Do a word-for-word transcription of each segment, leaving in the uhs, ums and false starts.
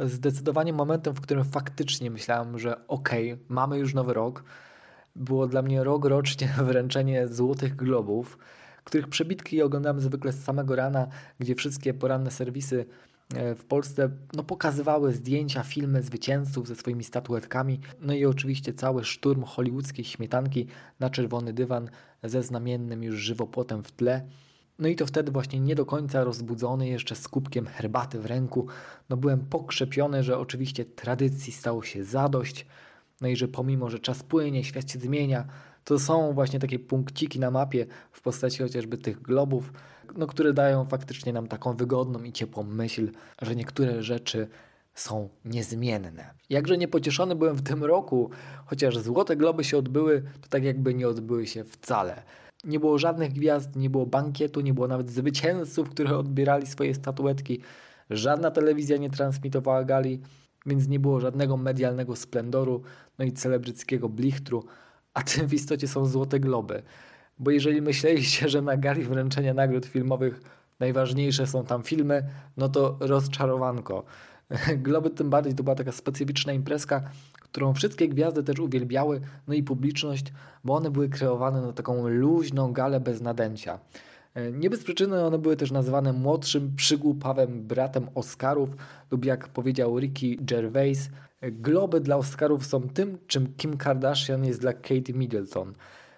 Zdecydowanie momentem, w którym faktycznie myślałem, że okej, mamy już nowy rok, było dla mnie rok rocznie wręczenie Złotych Globów, których przebitki oglądamy zwykle z samego rana, gdzie wszystkie poranne serwisy e, w Polsce no, pokazywały zdjęcia, filmy zwycięzców ze swoimi statuetkami, no i oczywiście cały szturm hollywoodzkiej śmietanki na czerwony dywan ze znamiennym już żywopłotem w tle. No i to wtedy właśnie nie do końca rozbudzony, jeszcze z kubkiem herbaty w ręku, no byłem pokrzepiony, że oczywiście tradycji stało się zadość, no i że pomimo, że czas płynie, świat się zmienia, to są właśnie takie punkciki na mapie w postaci chociażby tych globów, no, które dają faktycznie nam taką wygodną i ciepłą myśl, że niektóre rzeczy są niezmienne. Jakże niepocieszony byłem w tym roku, chociaż Złote Globy się odbyły, to tak jakby nie odbyły się wcale. Nie było żadnych gwiazd, nie było bankietu, nie było nawet zwycięzców, którzy odbierali swoje statuetki. Żadna telewizja nie transmitowała gali, więc nie było żadnego medialnego splendoru, no i celebryckiego blichtru, a tym w istocie są Złote Globy. Bo jeżeli myśleliście, że na gali wręczenia nagród filmowych najważniejsze są tam filmy, no to rozczarowanko. Globy tym bardziej to była taka specyficzna imprezka, którą wszystkie gwiazdy też uwielbiały, no i publiczność, bo one były kreowane na taką luźną galę bez nadęcia. Nie bez przyczyny one były też nazywane młodszym, przygłupawym bratem Oscarów lub jak powiedział Ricky Gervais, globy dla Oscarów są tym, czym Kim Kardashian jest dla Kate Middleton.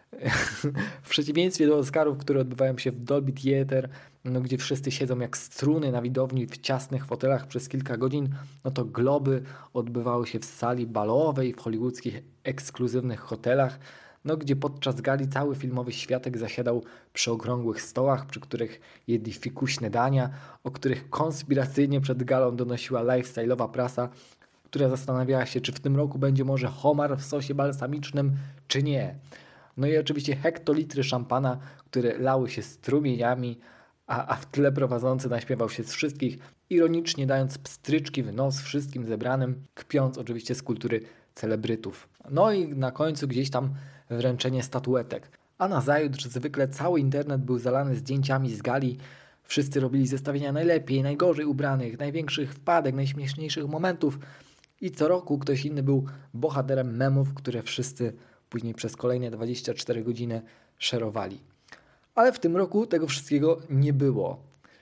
W przeciwieństwie do Oscarów, które odbywają się w Dolby Theatre, no, gdzie wszyscy siedzą jak struny na widowni w ciasnych fotelach przez kilka godzin, no to globy odbywały się w sali balowej, w hollywoodzkich ekskluzywnych hotelach, no, gdzie podczas gali cały filmowy światek zasiadał przy okrągłych stołach, przy których jedli fikuśne dania, o których konspiracyjnie przed galą donosiła lifestyle'owa prasa, która zastanawiała się, czy w tym roku będzie może homar w sosie balsamicznym, czy nie. No i oczywiście hektolitry szampana, które lały się strumieniami, a, a w tle prowadzący naśpiewał się z wszystkich, ironicznie dając pstryczki w nos wszystkim zebranym, kpiąc oczywiście z kultury celebrytów. No i na końcu gdzieś tam wręczenie statuetek. A nazajutrz zwykle cały internet był zalany zdjęciami z gali. Wszyscy robili zestawienia najlepiej, najgorzej ubranych, największych wpadek, najśmieszniejszych momentów. I co roku ktoś inny był bohaterem memów, które wszyscy później przez kolejne dwadzieścia cztery godziny szerowali. Ale w tym roku tego wszystkiego nie było.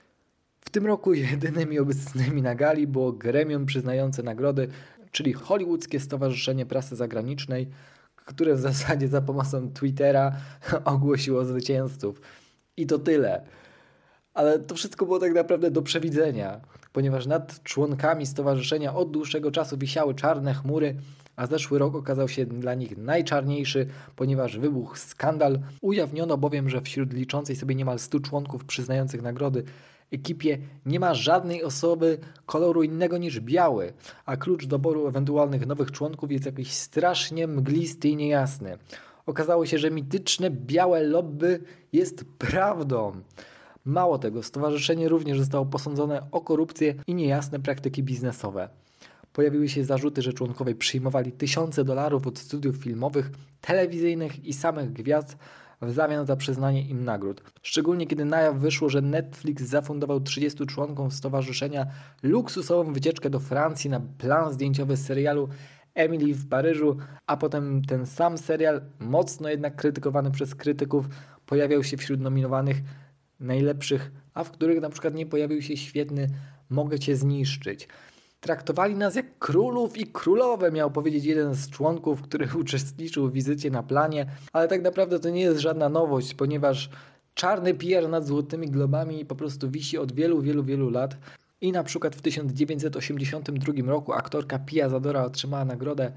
W tym roku jedynymi obecnymi na gali było gremium przyznające nagrody, czyli Hollywoodzkie Stowarzyszenie Prasy Zagranicznej, które w zasadzie za pomocą Twittera ogłosiło zwycięzców. I to tyle. Ale to wszystko było tak naprawdę do przewidzenia, ponieważ nad członkami stowarzyszenia od dłuższego czasu wisiały czarne chmury, a zeszły rok okazał się dla nich najczarniejszy, ponieważ wybuchł skandal. Ujawniono bowiem, że wśród liczącej sobie niemal stu członków przyznających nagrody ekipie nie ma żadnej osoby koloru innego niż biały, a klucz doboru ewentualnych nowych członków jest jakiś strasznie mglisty i niejasny. Okazało się, że mityczne białe lobby jest prawdą. Mało tego, stowarzyszenie również zostało posądzone o korupcję i niejasne praktyki biznesowe. Pojawiły się zarzuty, że członkowie przyjmowali tysiące dolarów od studiów filmowych, telewizyjnych i samych gwiazd w zamian za przyznanie im nagród. Szczególnie kiedy na jaw wyszło, że Netflix zafundował trzydziestu członkom stowarzyszenia luksusową wycieczkę do Francji na plan zdjęciowy serialu Emily w Paryżu, a potem ten sam serial, mocno jednak krytykowany przez krytyków, pojawiał się wśród nominowanych najlepszych, a w których na przykład nie pojawił się świetny Mogę Cię zniszczyć. Traktowali nas jak królów i królowe, miał powiedzieć jeden z członków, który uczestniczył w wizycie na planie, ale tak naprawdę to nie jest żadna nowość, ponieważ czarny P R nad Złotymi Globami po prostu wisi od wielu, wielu, wielu lat. I na przykład w tysiąc dziewięćset osiemdziesiątym drugim roku aktorka Pia Zadora otrzymała nagrodę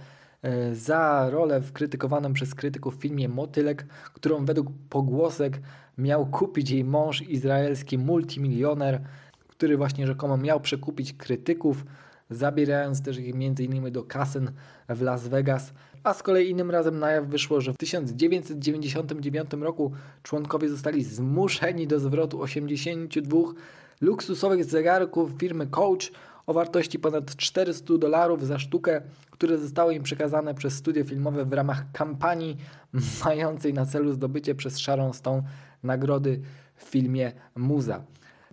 za rolę w krytykowanym przez krytyków filmie Motylek, którą według pogłosek miał kupić jej mąż, izraelski multimilioner, który właśnie rzekomo miał przekupić krytyków, zabierając też ich między innymi do kasyn w Las Vegas. A z kolei innym razem na jaw wyszło, że w tysiąc dziewięćset dziewięćdziesiątym dziewiątym roku członkowie zostali zmuszeni do zwrotu osiemdziesięciu dwóch luksusowych zegarków firmy Coach o wartości ponad czterystu dolarów za sztukę, które zostały im przekazane przez studio filmowe w ramach kampanii mającej na celu zdobycie przez Sharon Stone nagrody w filmie Muza.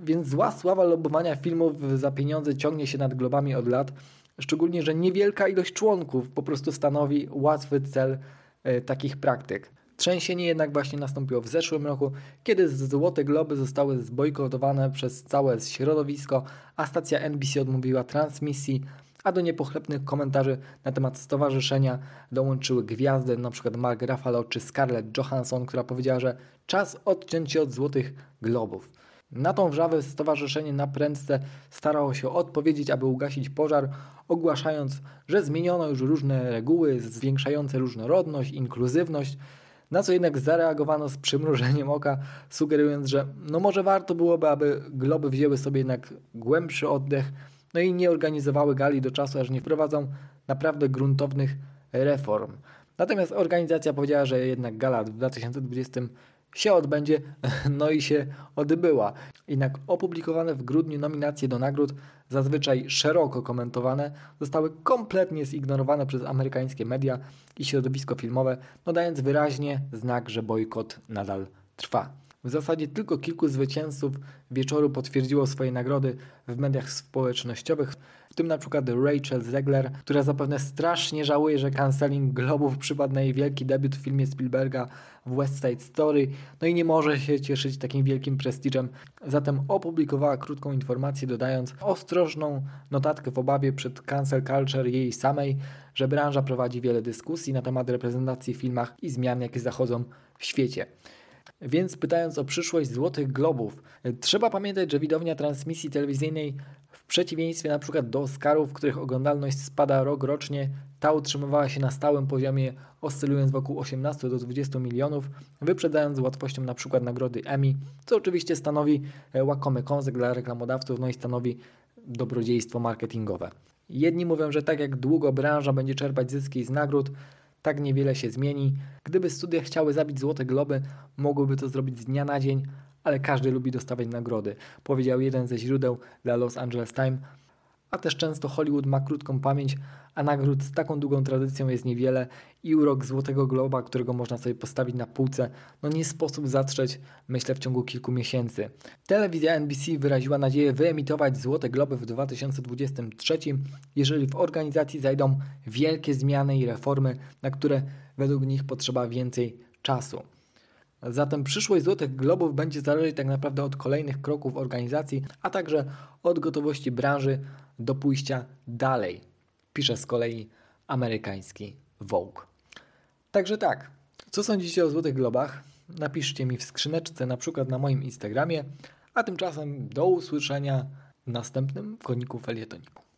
Więc zła sława lobbowania filmów za pieniądze ciągnie się nad globami od lat, szczególnie, że niewielka ilość członków po prostu stanowi łatwy cel e, takich praktyk. Trzęsienie jednak właśnie nastąpiło w zeszłym roku, kiedy Złote Globy zostały zbojkotowane przez całe środowisko, a stacja N B C odmówiła transmisji, a do niepochlebnych komentarzy na temat stowarzyszenia dołączyły gwiazdy, np. Mark Ruffalo czy Scarlett Johansson, która powiedziała, że czas odciąć się od Złotych Globów. Na tą wrzawę stowarzyszenie na prędce starało się odpowiedzieć, aby ugasić pożar, ogłaszając, że zmieniono już różne reguły zwiększające różnorodność, inkluzywność, na co jednak zareagowano z przymrużeniem oka, sugerując, że no może warto byłoby, aby globy wzięły sobie jednak głębszy oddech, no i nie organizowały gali do czasu, aż nie wprowadzą naprawdę gruntownych reform. Natomiast organizacja powiedziała, że jednak gala w dwa tysiące dwudziestym się odbędzie, no i się odbyła. Jednak opublikowane w grudniu nominacje do nagród, zazwyczaj szeroko komentowane, zostały kompletnie zignorowane przez amerykańskie media i środowisko filmowe, no dając wyraźnie znak, że bojkot nadal trwa. W zasadzie tylko kilku zwycięzców wieczoru potwierdziło swoje nagrody w mediach społecznościowych, w tym na przykład Rachel Zegler, która zapewne strasznie żałuje, że canceling Globów przypadł na jej wielki debiut w filmie Spielberga w West Side Story, no i nie może się cieszyć takim wielkim prestiżem. Zatem opublikowała krótką informację, dodając ostrożną notatkę w obawie przed cancel culture jej samej, że branża prowadzi wiele dyskusji na temat reprezentacji w filmach i zmian, jakie zachodzą w świecie. Więc pytając o przyszłość Złotych Globów, trzeba pamiętać, że widownia transmisji telewizyjnej w przeciwieństwie na przykład do Oscarów, których oglądalność spada rok rocznie, ta utrzymywała się na stałym poziomie, oscylując wokół osiemnastu do dwudziestu milionów, wyprzedzając z łatwością na przykład nagrody Emmy, co oczywiście stanowi łakomy kąsek dla reklamodawców, no i stanowi dobrodziejstwo marketingowe. Jedni mówią, że tak jak długo branża będzie czerpać zyski z nagród, tak niewiele się zmieni. Gdyby studia chciały zabić Złote Globy, mogłyby to zrobić z dnia na dzień, ale każdy lubi dostawać nagrody, powiedział jeden ze źródeł dla Los Angeles Times. A też często Hollywood ma krótką pamięć, a nagród z taką długą tradycją jest niewiele i urok Złotego Globa, którego można sobie postawić na półce, no nie sposób zatrzeć, myślę, w ciągu kilku miesięcy. Telewizja N B C wyraziła nadzieję wyemitować Złote Globy w dwa tysiące dwudziestym trzecim, jeżeli w organizacji zajdą wielkie zmiany i reformy, na które według nich potrzeba więcej czasu. Zatem przyszłość Złotych Globów będzie zależeć tak naprawdę od kolejnych kroków organizacji, a także od gotowości branży do pójścia dalej, pisze z kolei amerykański Vogue. Także tak, co sądzicie o Złotych Globach? Napiszcie mi w skrzyneczce, na przykład na moim Instagramie, a tymczasem do usłyszenia w następnym Koniku Felietoniku.